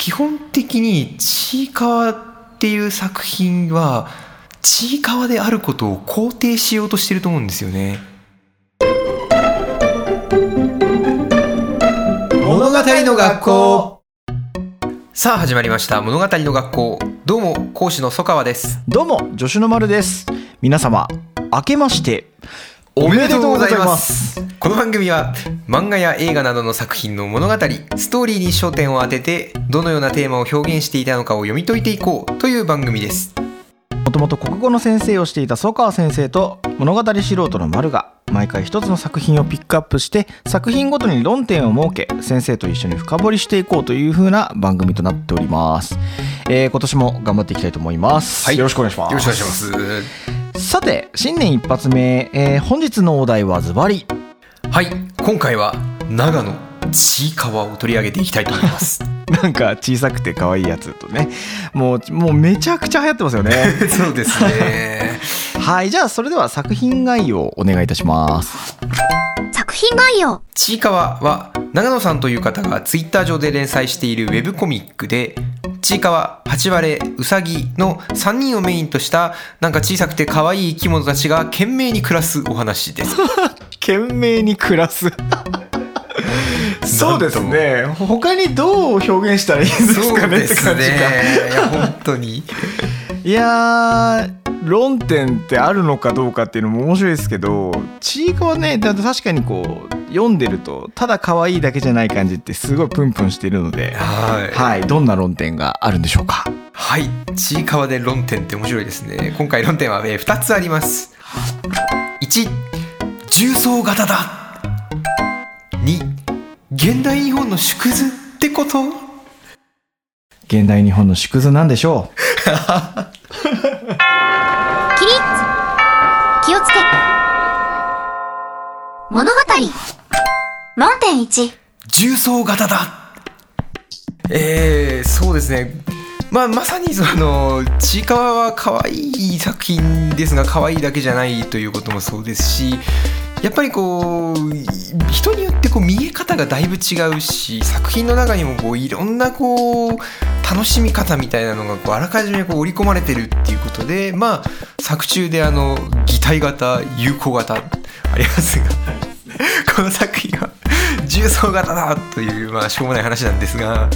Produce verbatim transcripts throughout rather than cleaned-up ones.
基本的にちいかわっていう作品はちいかわであることを肯定しようとしてると思うんですよね。 物語の学校。 さあ始まりました物語の学校。どうも講師の曽川です。 どうも助手の丸です。皆様明けましておめでとうございます。 この番組は漫画や映画などの作品の物語、ストーリーに焦点を当ててどのようなテーマを表現していたのかを読み解いていこうという番組です。 もともと国語の先生をしていた曽川先生と物語素人の丸が毎回一つの作品をピックアップして作品ごとに論点を設け先生と一緒に深掘りしていこうという風な番組となっております。えー、今年も頑張っていきたいと思います、はい、よろしくお願いします。 よろしくお願いします。 さて新年一発目、えー、本日のお題はズバリ、 はい、今回は長野ちいかわを取り上げていきたいと思いますなんか小さくて可愛いやつとね、もうもうめちゃくちゃ流行ってますよねそうですねはい、じゃあそれでは作品概要をお願いいたします。 作品概要。 ちいかわは長野さんという方がツイッター上で連載しているウェブコミックで、ちいかわ、ハチワレ、ウサギのさんにんをメインとしたなんか小さくて可愛い生き物たちが懸命に暮らすお話です懸命に暮らすそうですね。他にどう表現したらいいんですかねって感じか。 いや本当にいや論点ってあるのかどうかっていうのも面白いですけど、ちいかわね、だと確かにこう読んでるとただ可愛いだけじゃない感じってすごいプンプンしてるので、はい、はい、どんな論点があるんでしょうか。 はい、ちいかわで論点って面白いですね。今回論点はふたつあります。いち、重層型だ。に、現代日本の縮図ってこと。 現代日本の縮図なんでしょう起立、気をつけ。物語論点いち、 重層型だ。えー、そうですね、まあ、まさにそのちいかわは可愛い作品ですが、可愛いだけじゃないということもそうですし、やっぱりこう人によってこう見え方がだいぶ違うし、作品の中にもこういろんなこう楽しみ方みたいなのがこうあらかじめこう織り込まれてるっていうことで、まあ作中であの擬態型、有効型ありますがこの作品は重層型だという、まあしょうもない話なんですが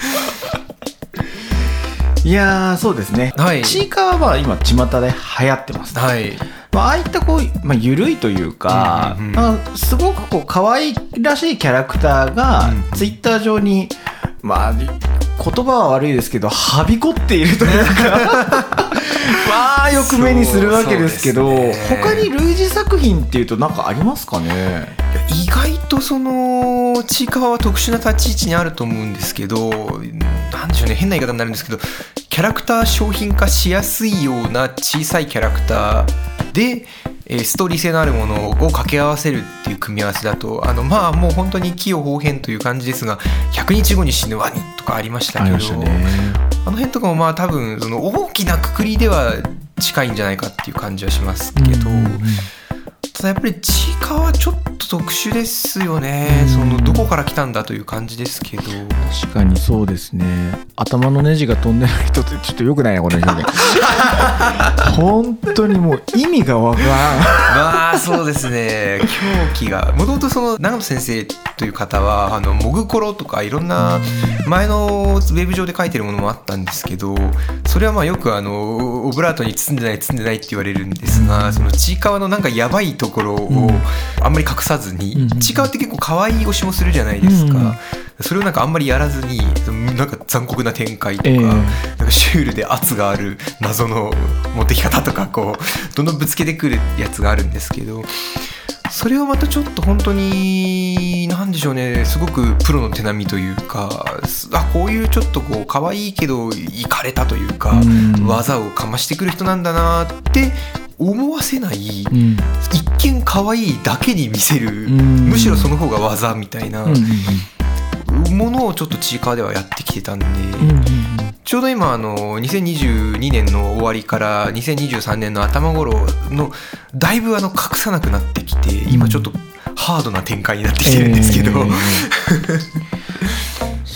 いやーそうですね、はい、ちいかわは今巷で流行ってます、ね、はい、まあ、ああいったこう、まあ、緩いというか、うんうんうん、まあ、すごくこう可愛らしいキャラクターがツイッター上に、まあ言葉は悪いですけどはびこっているというかまあよく目にするわけですけど、ね、他に類似作品っていうと何かありますかね。 意外とそのちいかわは特殊な立ち位置にあると思うんですけど、なんでしょうね、変な言い方になるんですけど、キャラクター商品化しやすいような小さいキャラクターでストーリー性のあるものを掛け合わせるっていう組み合わせだと、あのまあもう本当に器用方変という感じですが、ひゃくにちごに死ぬワニとかありましたけど、 あ, ね、あの辺とかもまあ多分その大きなくくりでは近いんじゃないかっていう感じはしますけど、うんうんうん、ただやっぱりちいかわはちょっと特殊ですよね。そのどこから来たんだという感じですけど。 確かにそうですね。頭のネジが飛んでない人ってちょっと良くないなこの表現本当にもう意味がわからんまあそうですね、狂気がもともとその長野先生という方はあのモグコロとかいろんな前のウェブ上で書いてるものもあったんですけど、それはまあよくあのオブラートに包んでない包んでないって言われるんですが、そのちいかわのなんかやばいところをあんまり隠さずに、ちいかわって結構可愛い推しもするじゃないですか。それをなんかあんまりやらずに、なんか残酷な展開とか、えー、なんかシュールで圧がある謎の持ってき方とか、こうどんどんぶつけてくるやつがあるんですけど、それをまたちょっと本当に何でしょうね、すごくプロの手並みというか、あこういうちょっとこう可愛いけどイカれたというか、うん、技をかましてくる人なんだなって思わせない、うん、一見可愛いだけに見せる、うん、むしろその方が技みたいな、うんうん、ものをちょっとちいかわではやってきてたんで、うんうん、ちょうど今あのにせんにじゅうにねんの終わりからにせんにじゅうさんねんの頭頃のだいぶあの隠さなくなってきて、今ちょっとハードな展開になってきてるんですけど、えー、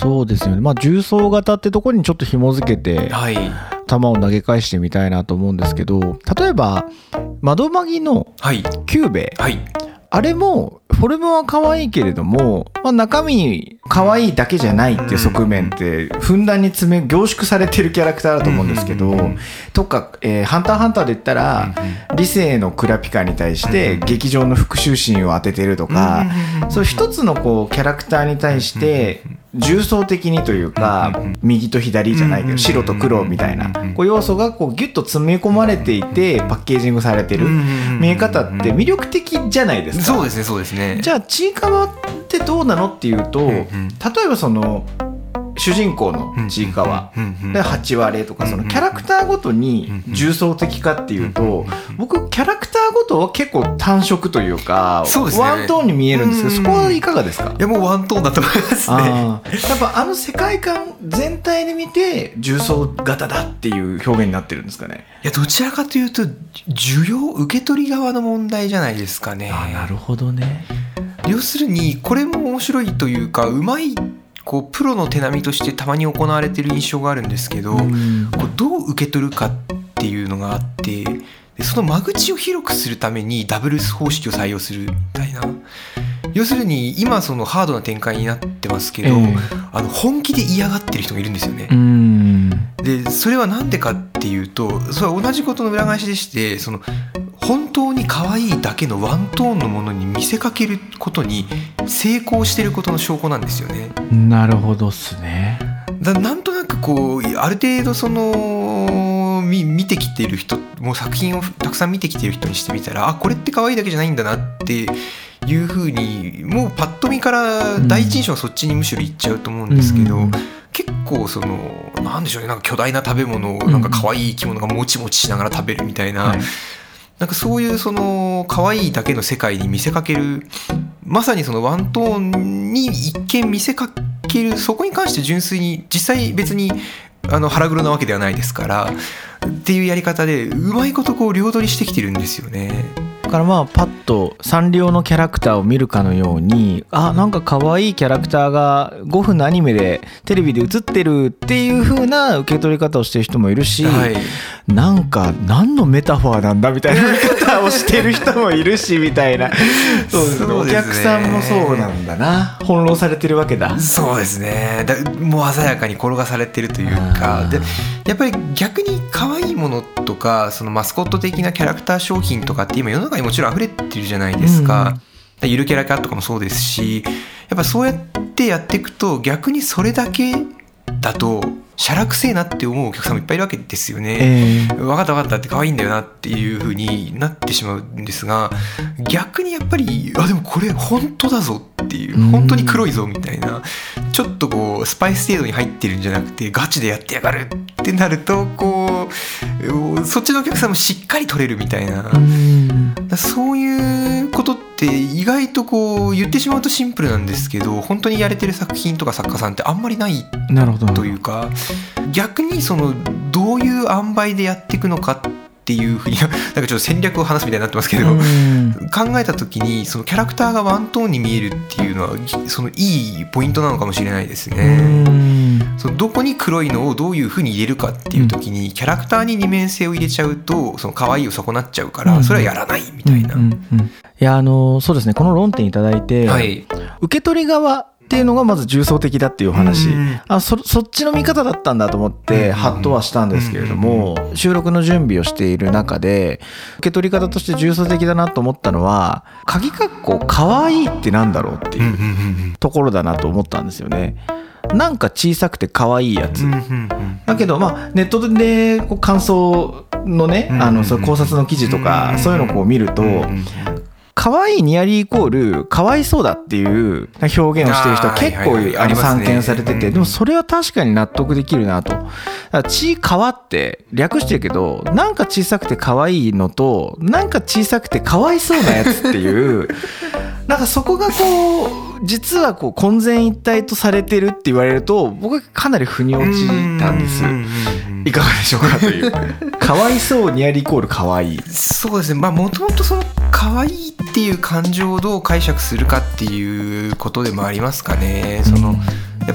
そうですよね。まあ重層型ってところにちょっと紐付けて、はい、球を投げ返してみたいなと思うんですけど、例えば窓マギのキューベ、はいはい、あれもフォルムは可愛いけれども、まあ、中身可愛いだけじゃないっていう側面ってふんだんに詰め凝縮されてるキャラクターだと思うんですけど、とか、えー、ハンターハンターで言ったら理性のクラピカに対して劇場の復讐心を当ててるとか、そう一つのこうキャラクターに対して重層的にというか、右と左じゃないけど白と黒みたいなこう要素がこうギュッと詰め込まれていてパッケージングされてる見え方って魅力的じゃないですか。 そうですね、そうですね。 じゃあちいかわってどうなのっていうと、例えばその主人公のちいかわではち割れとかそのキャラクターごとに重層的かっていうと、僕キャラクターごとは結構単色というかワントーンに見えるんですけど、そこはいかがですか？ いやもうワントーンだと思いますね。 あやっぱあの世界観全体で見て重層型だっていう表現になってるんですかね？ いやどちらかというと需要受け取り側の問題じゃないですかね。 あなるほどね。 要するにこれも面白いというか、うまいこうプロの手並みとしてたまに行われている印象があるんですけど、こうどう受け取るかっていうのがあって、でその間口を広くするためにダブルス方式を採用するみたいな。要するに今そのハードな展開になってますけど、えー、あの本気で嫌がってる人がいるんですよね。うんでそれはなんでかっていうと、それは同じことの裏返しでして、その本当に可愛いだけのワントーンのものに見せかけることに成功してることの証拠なんですよね。 なるほどっすね。 だなんとなくこうある程度その見見てきている人もう作品をたくさん見てきている人にしてみたら、あこれって可愛いだけじゃないんだなっていう風にもうパッと見から第一印象はそっちにむしろいっちゃうと思うんですけど、うん、結構そのなんでしょうね、なんか巨大な食べ物をなんか可愛い生き物がもちもちしながら食べるみたいな、はい、なんかそういうその可愛いだけの世界に見せかける、まさにそのワントーンに一見見せかける、そこに関して純粋に実際別にあの腹黒なわけではないですからっていうやり方でうまいことこう両取りしてきてるんですよね。 だからまあパッとサンリオのキャラクターを見るかのように、あなんか可愛いキャラクターがごふんのアニメでテレビで映ってるっていう風な受け取り方をしてる人もいるし、はい、なんか何のメタファーなんだみたいな見方をしてる人もいるしみたいなそうですね、お客さんもそうなんだな、翻弄されてるわけだ。 そうですね、だもう鮮やかに転がされてるというか、でやっぱり逆に可愛いものとかそのマスコット的なキャラクター商品とかって今世の中にもちろん溢れてるじゃないですか、うん、ゆるキャラ化とかもそうですし、やっぱそうやってやっていくと逆にそれだけだとしゃらくせえなって思うお客さんもいっぱいいるわけですよね、えー、分かった分かったって可愛いんだよなっていう風になってしまうんですが、逆にやっぱりあでもこれ本当だぞっていう、本当に黒いぞみたいな、ちょっとこうスパイス程度に入ってるんじゃなくてガチでやってやがるってなると、こうそっちのお客さんもしっかり取れるみたいな、だそういうことって意外とこう言ってしまうとシンプルなんですけど、本当にやれてる作品とか作家さんってあんまりないというか、逆にそのどういう塩梅でやっていくのかっていうふうになんかちょっと戦略を話すみたいになってますけど、考えた時にそのキャラクターがワントーンに見えるっていうのはそのいいポイントなのかもしれないですね。そのどこに黒いのをどういうふうに入れるかっていう時にキャラクターに二面性を入れちゃうとその可愛いを損なっちゃうから、それはやらないみたいな。うんうんうんうん、いやあのそうですね、この論点いただいて、はい、受け取り側っていうのがまず重層的だっていう話、うん、あ そ, そっちの見方だったんだと思ってハッとはしたんですけれども、うん、収録の準備をしている中で受け取り方として重層的だなと思ったのは、鍵括弧可愛いってなんだろうっていうところだなと思ったんですよね。なんか小さくて可愛いやつだけど、まあネットでこう感想のね、あのその考察の記事とかそういうのをこう見ると、可愛いニアリーイコール可哀想だっていう表現をしている人は結構あの散見されてて、でもそれは確かに納得できるなと。だからちいかわって略してるけど、なんか小さくて可愛いのとなんか小さくて可哀想なやつっていうなんかそこがこう実はこう混然一体とされてるって言われると、僕はかなり腑に落ちたんです。いかがでしょうかというかわいそうニアリーイコールかわいい。 そうですね、まあもともとそのかわいいっていう感情をどう解釈するかっていうことでもありますかね。そのやっぱり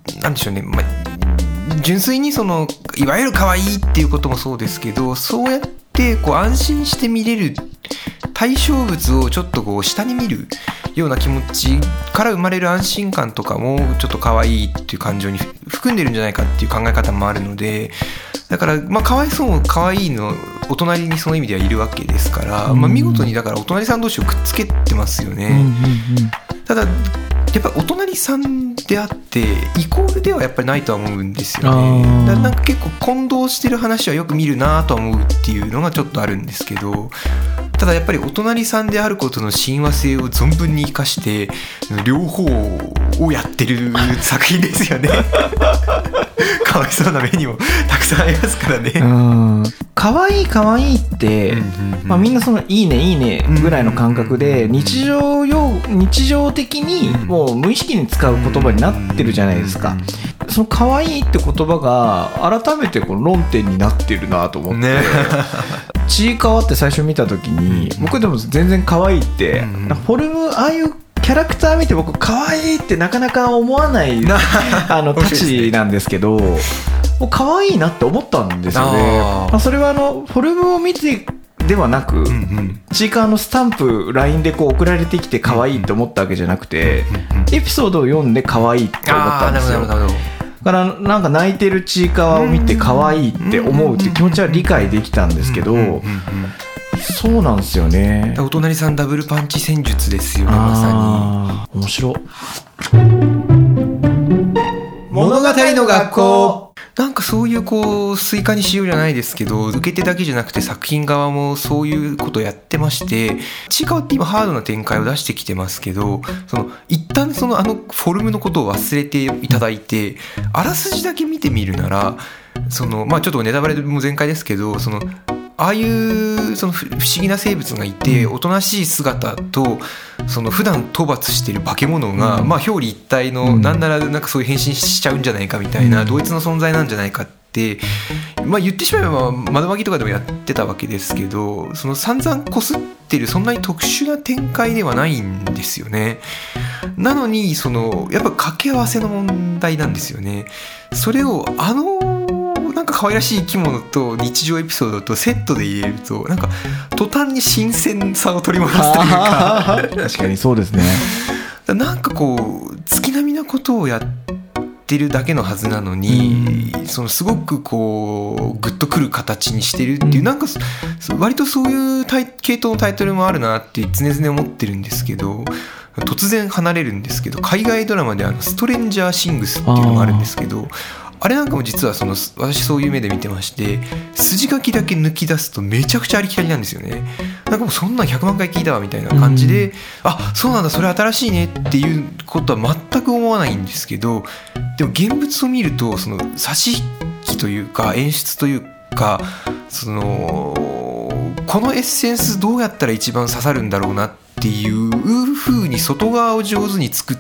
なんでしょうね、まあ、純粋にそのいわゆる可愛いっていうこともそうですけど、そうやってこう安心して見れる対象物をちょっとこう下に見るような気持ちから生まれる安心感とかもちょっと可愛いっていう感情に含んでるんじゃないかっていう考え方もあるので、だからまあかわいそうも可愛いのお隣にその意味ではいるわけですから、まあ、見事にだからお隣さん同士をくっつけてますよね、うんうんうん、ただやっぱりお隣さんであってイコールではやっぱりないとは思うんですよね。だからなんか結構混同してる話はよく見るなとは思うっていうのがちょっとあるんですけど、ただやっぱりお隣さんであることの親和性を存分に生かして両方をやってる作品ですよねかわいそうな目にもたくさんありますからね。うん、 かわいいかわいいって、うんうんうん、まあ、みんなそのいいねいいねぐらいの感覚で日常用日常的にもう無意識に使う言葉になってるじゃないですか。そのかわいいって言葉が改めてこの論点になってるなと思って、ね、ちいかわって最初見た時に僕でも全然かわいいって、うん、フォルムああいうキャラクター見て僕可愛いってなかなか思わないあのたちなんですけど、もう可愛いなって思ったんですよね。あ、まあ、それはあのフォルムを見てではなく、うんうん、ちいかわのスタンプ ライン でこう送られてきて可愛いって思ったわけじゃなくて、うんうん、エピソードを読んで可愛いって思ったんですよ。だからなんか泣いてるちいかわを見て可愛いって思うって気持ちは理解できたんですけど、そうなんですよね。 お隣さんダブルパンチ戦術ですよね、まさに。面白。 物語の学校。なんかそういうこうスイカにしようじゃないですけど、受け手だけじゃなくて作品側もそういうことをやってまして、ちいかわって今ハードな展開を出してきてますけど、その一旦そのあのフォルムのことを忘れていただいて、あらすじだけ見てみるなら、そのまあちょっとネタバレも全開ですけど、そのああいうその不思議な生物がいて、おとなしい姿とその普段討伐してる化け物が、まあ表裏一体の、なんならなんかそういう変身しちゃうんじゃないかみたいな同一の存在なんじゃないかって、まあ言ってしまえば窓巻きとかでもやってたわけですけど、その散々こすってるそんなに特殊な展開ではないんですよね。なのにそのやっぱ掛け合わせの問題なんですよね。それをあのなんか可愛らしい生き物と日常エピソードとセットで入れると、なんか途端に新鮮さを取り戻すというか確かにそうですね。 なんかこう月並みなことをやってるだけのはずなのに、うん、そのすごくこうグッとくる形にしてるっていう、うん、なんか割とそういう系統のタイトルもあるなって常々思ってるんですけど、突然離れるんですけど、海外ドラマであのストレンジャーシングスっていうのがあるんですけど、あれなんかも実はその私そういう目で見てまして、筋書きだけ抜き出すとめちゃくちゃありきたりなんですよね。なんかもうそんなんひゃくまんかい聞いたわみたいな感じで、うん、あ、そうなんだ、それ新しいねっていうことは全く思わないんですけど、でも現物を見るとその差し引きというか演出というか、そのこのエッセンスどうやったら一番刺さるんだろうなっていう風に外側を上手に作って、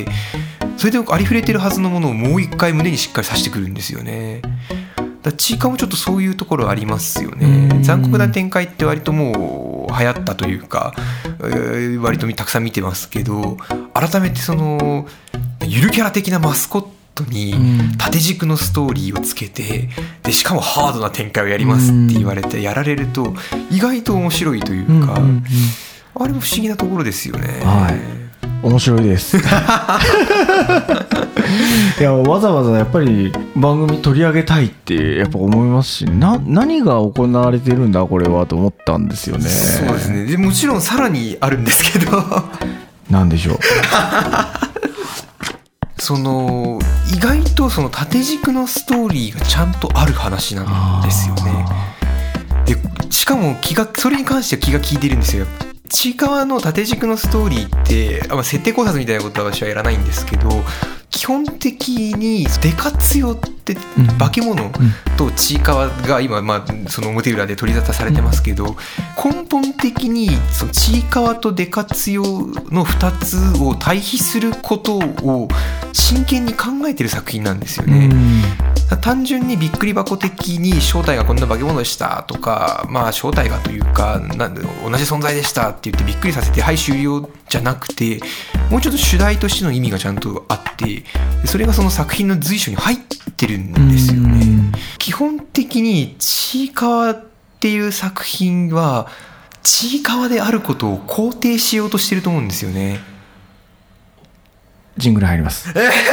それでありふれてるはずのものをもう一回胸にしっかり刺してくるんですよね。だちいかわもちょっとそういうところありますよね。残酷な展開って割ともう流行ったというか、えー、割とたくさん見てますけど、改めてそのゆるキャラ的なマスコットに縦軸のストーリーをつけて、でしかもハードな展開をやりますって言われてやられると意外と面白いというか、あれも不思議なところですよね。 はい、面白いですいやわざわざやっぱり番組取り上げたいってやっぱ思いますし、な何が行われてるんだこれはと思ったんですよね。 そうですね。でもちろんさらにあるんですけどなんでしょうその意外とその縦軸のストーリーがちゃんとある話なんですよね。でしかも気がそれに関しては気が利いてるんですよ。ちいかわの縦軸のストーリーって、あ、設定考察みたいなことは私はやらないんですけど、基本的にデカ強って化け物とちいかわが今、まあ、その表裏で取り沙汰されてますけど、根本的にそのちいかわとデカツヨのふたつを対比することを真剣に考えてる作品なんですよね。単純にびっくり箱的に正体がこんな化け物でしたとか、まあ正体がというかなん同じ存在でしたって言ってびっくりさせてはい終了じゃなくて、もうちょっと主題としての意味がちゃんとあって、それがその作品の随所に入ってるんですよね。基本的にちいかわっていう作品はちいかわであることを肯定しようとしてると思うんですよね。 ジングル入ります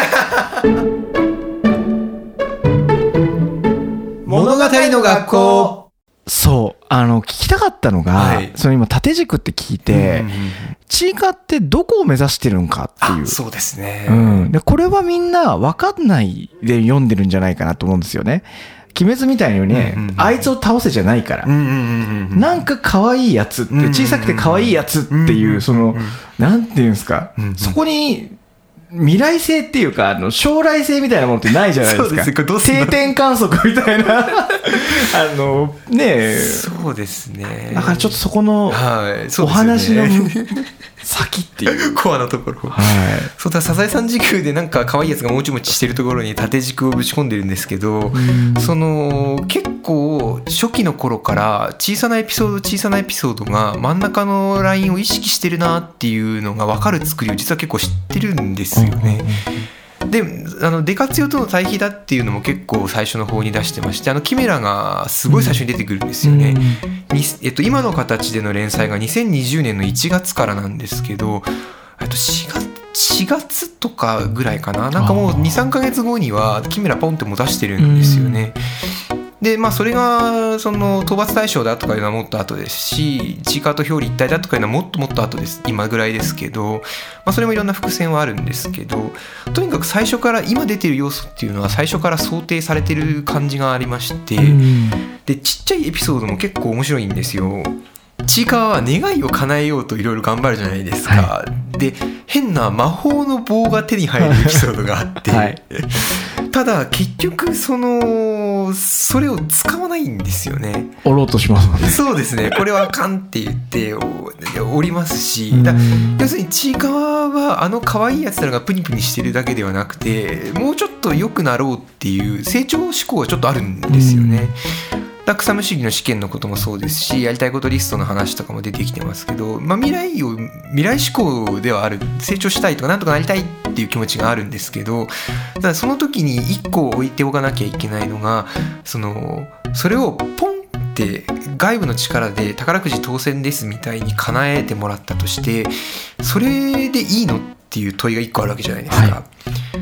物語の学校。 そうあの聞きたかったのが、はい、その今縦軸って聞いて、うんうんうん、ちいかわってどこを目指してるのかっていう。 そうですね、 うん、でこれはみんな分かんないで読んでるんじゃないかなと思うんですよね。鬼滅みたいにね、うんうんうん、あいつを倒せじゃないから、うんうんうんうん、なんか可愛いやつって小さくて可愛いやつっていうそのなんていうんですか、うんうん、そこに未来性っていうかあの将来性みたいなものってないじゃないですか。 そうです。 定点観測みたいなあのねえ。 そうですね。 だからちょっとそこのお話の先っていうコアのところ、はい、そうだサザエさん時空でなんか可愛いやつがもちもちしてるところに縦軸をぶち込んでるんですけど、その結構初期の頃から小さなエピソード小さなエピソードが真ん中のラインを意識してるなっていうのが分かる作りを実は結構知ってるんですよね。であのデカツヨとの対比だっていうのも結構最初の方に出してまして、あのキメラがすごい最初に出てくるんですよね、うんえっと、今の形での連載がにせんにじゅうねんのいちがつからなんですけど、えっとしがつしがつとかぐらいかな、なんかもう にさんかげつごにはキメラポンっても出してるんですよね、うん、でまあそれがその討伐大将だとかいうのはもっと後ですし、ちいかわと表裏一体だとかいうのはもっともっと後です、今ぐらいですけど、まあ、それもいろんな伏線はあるんですけど、とにかく最初から今出てる要素っていうのは最初から想定されてる感じがありまして、うん、でちっちゃいエピソードも結構面白いんですよ。ちいかわは願いを叶えようといろいろ頑張るじゃないですか、はい、で変な魔法の棒が手に入るエピソードがあって、はい、ただ結局そのそれを使わないんですよね。 折ろうとしますもんね。 そうですね、これはあかんって言って折りますし、だ要するにちいかわはあの可愛いやつらがプニプニしてるだけではなくて、もうちょっと良くなろうっていう成長志向がちょっとあるんですよね。だ草むしりの試験のこともそうですし、やりたいことリストの話とかも出てきてますけど、まあ、未来を未来志向ではある、成長したいとかなんとかなりたいっていう気持ちがあるんですけど、ただその時に一個置いておかなきゃいけないのが、そのそれをポンって外部の力で宝くじ当選ですみたいに叶えてもらったとして、それでいいのっていう問いが一個あるわけじゃないですか、はい、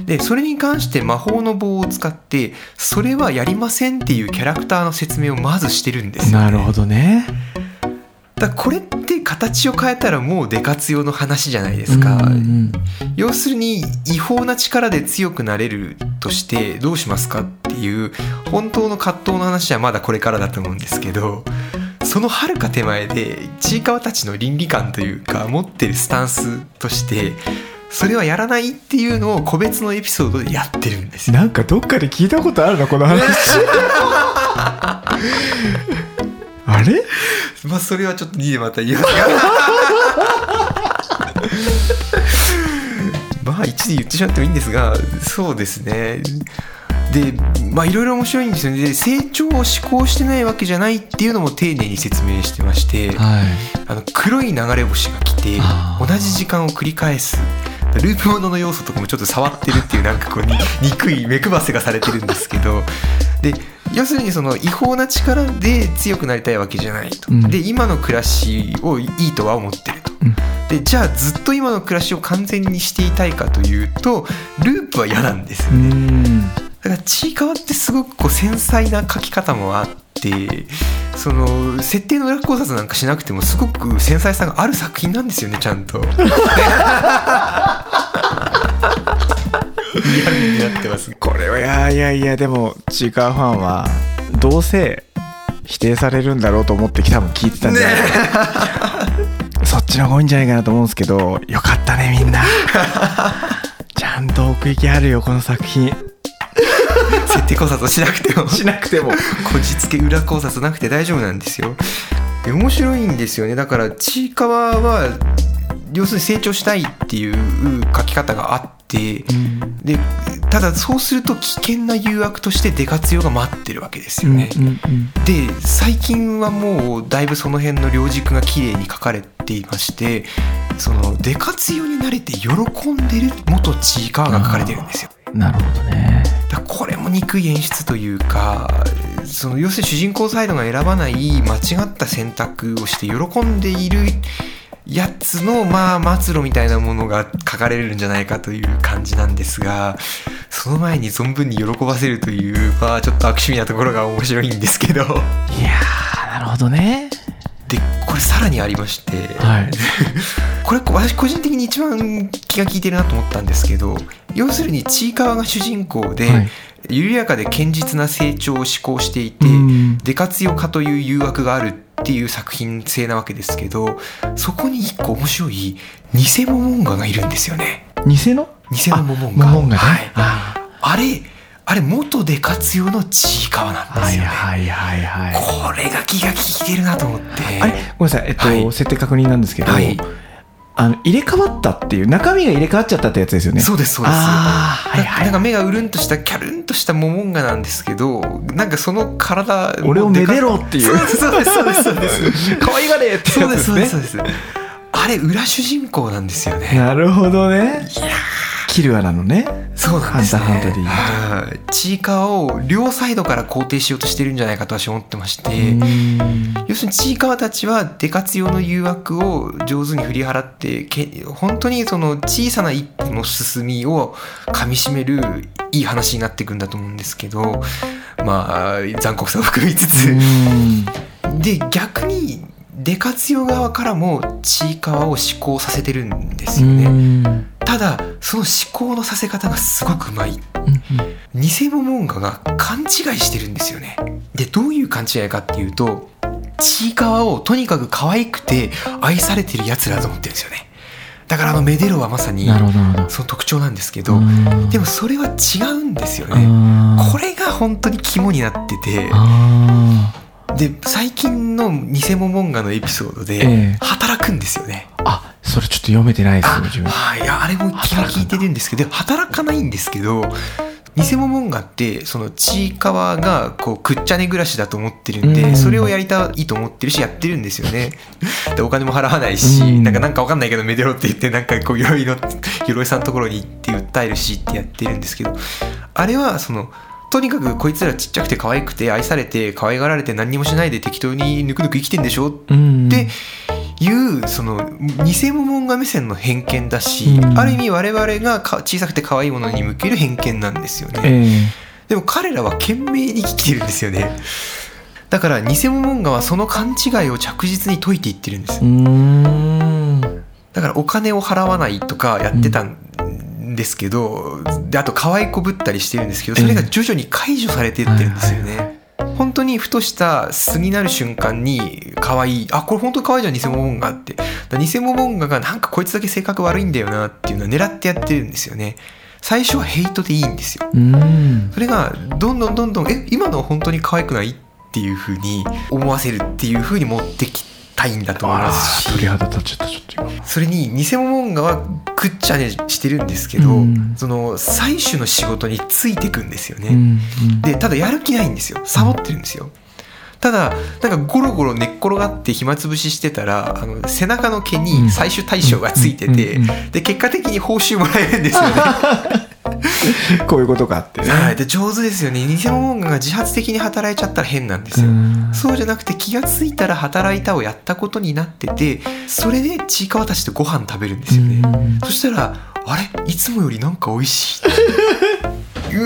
でそれに関して魔法の棒を使ってそれはやりませんっていうキャラクターの説明をまずしてるんですよね。 なるほどね。 だからこれって形を変えたらもうデカツヨの話じゃないですか、うんうん、要するに違法な力で強くなれるとしてどうしますかっていう本当の葛藤の話はまだこれからだと思うんですけど、その遥か手前でちいかわたちの倫理観というか持ってるスタンスとしてそれはやらないっていうのを個別のエピソードでやってるんですよ。 なんかどっかで聞いたことあるなこの話あれまあそれはちょっとにでまた言いますがまあ一で言ってしまってもいいんですが、そうですね。でまあいろいろ面白いんですよね。で成長を志向してないわけじゃないっていうのも丁寧に説明してまして、はい、あの黒い流れ星が来て同じ時間を繰り返すループものの要素とかもちょっと触ってるっていうなんかこうに憎い目くばせがされてるんですけど、で要するにその違法な力で強くなりたいわけじゃないと、うん、で今の暮らしをいいとは思ってると、うん、でじゃあずっと今の暮らしを完全にしていたいかというとループは嫌なんですよね。うんだからちいかわってすごくこう繊細な書き方もあって、その設定の裏考察なんかしなくてもすごく繊細さがある作品なんですよね、ちゃんとリアルになってます。 これはいやいやいやでもちいかわファンはどうせ否定されるんだろうと思って多分聞いてたんじゃないか、ね、そっちの方がいいんじゃないかなと思うんですけど、よかったねみんなちゃんと奥行きあるよこの作品設定考察をしなくてもしなくてもこじつけ裏考察なくて大丈夫なんですよ。で面白いんですよね。だからちいかわは要するに成長したいっていう書き方があって、うん、でただそうすると危険な誘惑としてデカツヨが待ってるわけですよね、うんうんうん、で最近はもうだいぶその辺の両軸が綺麗に書かれていまして、そのデカツヨになれて喜んでる元ちいかわが書かれてるんですよ。 なるほどね。 だこれも憎い演出というか、その要するに主人公サイドが選ばない間違った選択をして喜んでいるやつのまあ末路みたいなものが書かれるんじゃないかという感じなんですが、その前に存分に喜ばせるというまあちょっと悪趣味なところが面白いんですけど、いやーなるほどね。 でこれさらにありまして、はい、これ私個人的に一番気が利いてるなと思ったんですけど、要するにちいかわが主人公で、はい、緩やかで堅実な成長を志向していて、デカツヨ化という誘惑があるっていう作品性なわけですけど、そこに一個面白い偽モモンガがいるんですよね。 偽の偽のモモンガ、 モモンガね、はい、 あ, あれあれ元デカツヨのちいかわなんですよね。 はいはいはいはい。 これが気が利いてるなと思って。 あれごめんなさい、えっと、はい、設定確認なんですけど、はい、あの入れ替わったっていう、中身が入れ替わっちゃったってやつですよね。 そうですそうです。 あ、はいはい、 なんか目がうるんとしたキャルンとしたモモンガなんですけど、なんかその体俺をめでろっていう、 そうですそうですそうです可愛がれってやつですね。そうですそうですそうです。 あれ裏主人公なんですよね。 なるほどね。 いやキルアなのね。 そうなんですね。 ハンターハンターでいうちいかわを両サイドから肯定しようとしてるんじゃないかと私は思ってまして、要するにちいかわたちはデカツヨの誘惑を上手に振り払ってけ本当にその小さな一歩の進みをかみしめるいい話になっていくんだと思うんですけど、まあ残酷さを含みつつで逆にデカツヨ側からもちいかわを思考させてるんですよね。ただその思考のさせ方がすごくうまい、うん、偽モモンガが勘違いしてるんですよね。でどういう勘違いかっていうと、ちいかわをとにかく可愛くて愛されてるやつらだと思ってるんですよね。だからあのメデロはまさにその特徴なんですけど、でもそれは違うんですよね。これが本当に肝になってて、で最近の偽モモンガのエピソードで働くんですよね、 ええ、あ、それちょっと読めてないですね自分。 あ、いやあれも気が利いてるんですけど働かないんですけど、偽モモンガってそのちいかわがこうくっちゃね暮らしだと思ってるんで、それをやりたいと思ってるしやってるんですよね。でお金も払わないし、なんかなんかわかんないけどメデロって言ってなんかこう鎧の鎧さんのところに行って訴えるしってやってるんですけど、あれはそのとにかくこいつらちっちゃくて可愛くて愛されて可愛がられて何にもしないで適当にぬくぬく生きてんでしょっていうその偽モモンガ目線の偏見だし、ある意味我々が小さくて可愛いものに向ける偏見なんですよね、えー、でも彼らは懸命に生きてるんですよね。だから偽モモンガはその勘違いを着実に解いていってるんです。うーん、だからお金を払わないとかやってたんですけど、であと可愛いこぶったりしてるんですけど、それが徐々に解除されていってるんですよね、えーはいはい、本当にふとした素になる瞬間に可愛い、あこれ本当に可愛いじゃん偽モモンガって、だ偽モモンガがなんかこいつだけ性格悪いんだよなっていうのを狙ってやってるんですよね。最初はヘイトでいいんですよ。うん、それがどんどんどんどんえ今のは本当に可愛くないっていう風に思わせるっていう風に持ってきたいんだと思いますし、 鳥肌立っちゃったちょっと今。 それに偽モモンガはくっちゃねしてるんですけど、うん、その採取の仕事についてくんですよね、うんうん、でただやる気ないんですよ、サボってるんですよ。ただなんかゴロゴロ寝っ転がって暇つぶししてたらあの背中の毛に採取対象がついてて、で結果的に報酬もらえるんですよねこういうことかってね、 はい、で上手ですよね。偽モモンガが自発的に働いちゃったら変なんですよ。うそうじゃなくて気がついたら働いたをやったことになってて、それでちいかわたちとご飯食べるんですよね。そしたらあれいつもよりなんか美味しいうわ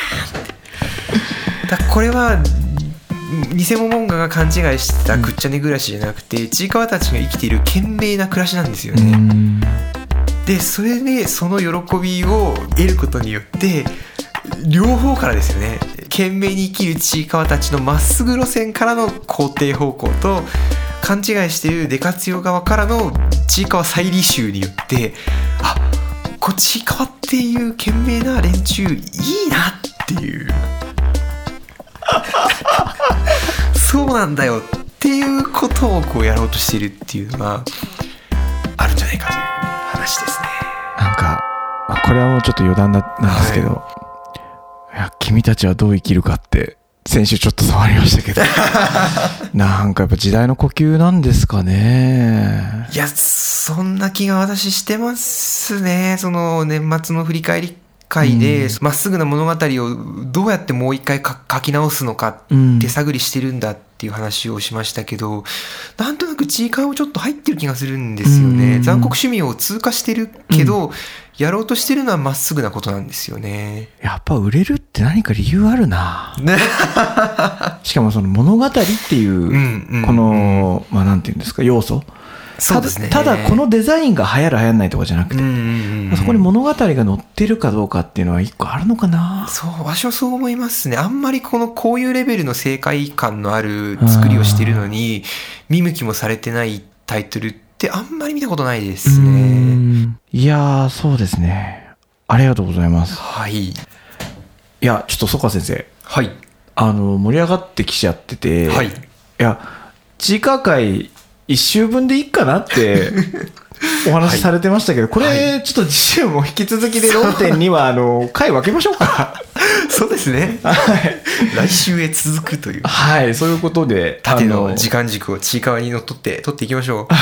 だこれは偽モモンガが勘違いしてたくっちゃね暮らしじゃなくて、ちいかわたちが生きている懸命な暮らしなんですよね。でそれでその喜びを得ることによって両方からですよね、懸命に生きるちいかわたちのまっすぐ路線からの肯定方向と、勘違いしているデカツヨ側からのちいかわ再履修によって、あこっちいかわっていう懸命な連中いいなっていう、 なんだよっていうことをこうやろうとしてるっていうのがあるんじゃないかという話ですね。 なんかこれはもうちょっと余談なんですけど、はい、いや君たちはどう生きるかって先週ちょっと触りましたけどなんかやっぱ時代の呼吸なんですかね。 いやそんな気が私してますね。その年末の振り返り会でま、うん、っすぐな物語をどうやってもう一回書き直すのか手探りしてるんだっていう話をしましたけど、うん、なんとなくちいかわもちょっと入ってる気がするんですよね、うん、残酷趣味を通過してるけど、うん、やろうとしてるのはまっすぐなことなんですよね。 やっぱ売れるって何か理由あるな、ね、しかもその物語っていう、うんうん、このまあなんていうんですか要素、 そうですね、 ただこのデザインが流行る流行らないとかじゃなくて、うんうんうん、そこに物語が載ってるかどうかっていうのは一個あるのかな。 そう、私はそう思いますね。あんまりこのこういうレベルの正解感のある作りをしてるのに見向きもされてないタイトルってあんまり見たことないですね。うん、 いやそうですね、ありがとうございます。 はい。いやちょっと曽我先生、 はい、 あの盛り上がってきちゃってて、はい、いやちいかわ会一周分でいいかなってお話しされてましたけど、はい、これちょっと次週も引き続きで論点にはあの回分けましょうかそうですね、はい、来週へ続くという、 はい、そういうことで縦の時間軸をちいかわにのっとって取っていきましょう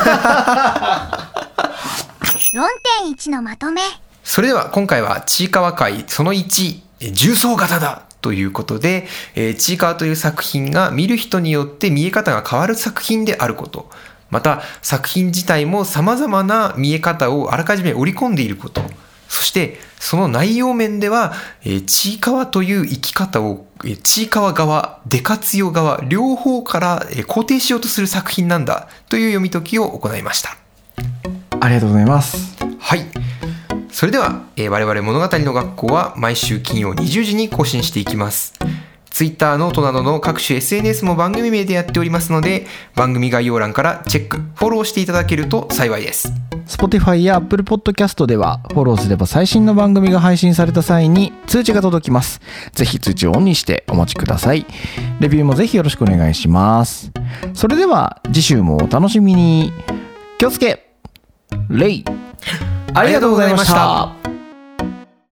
論点いちのまとめ。 それでは今回はちいかわ会そのいち、重層型だということで、えー、ちいかわという作品が見る人によって見え方が変わる作品であること、また作品自体も様々な見え方をあらかじめ織り込んでいること、そしてその内容面では、えー、ちいかわという生き方を、えー、ちいかわ側、デカツヨ側両方から、えー、肯定しようとする作品なんだという読み解きを行いました。 ありがとうございます。 はい、それでは、えー、我々物語の学校は毎週金曜にじゅうじに更新していきます。Twitter、ノートなどの各種 エスエヌエス も番組名でやっておりますので、番組概要欄からチェック、フォローしていただけると幸いです。 Spotify や Apple Podcast ではフォローすれば最新の番組が配信された際に通知が届きます。ぜひ通知をオンにしてお待ちください。レビューもぜひよろしくお願いします。それでは次週もお楽しみに。気をつけ、レイ。ありがとうございました。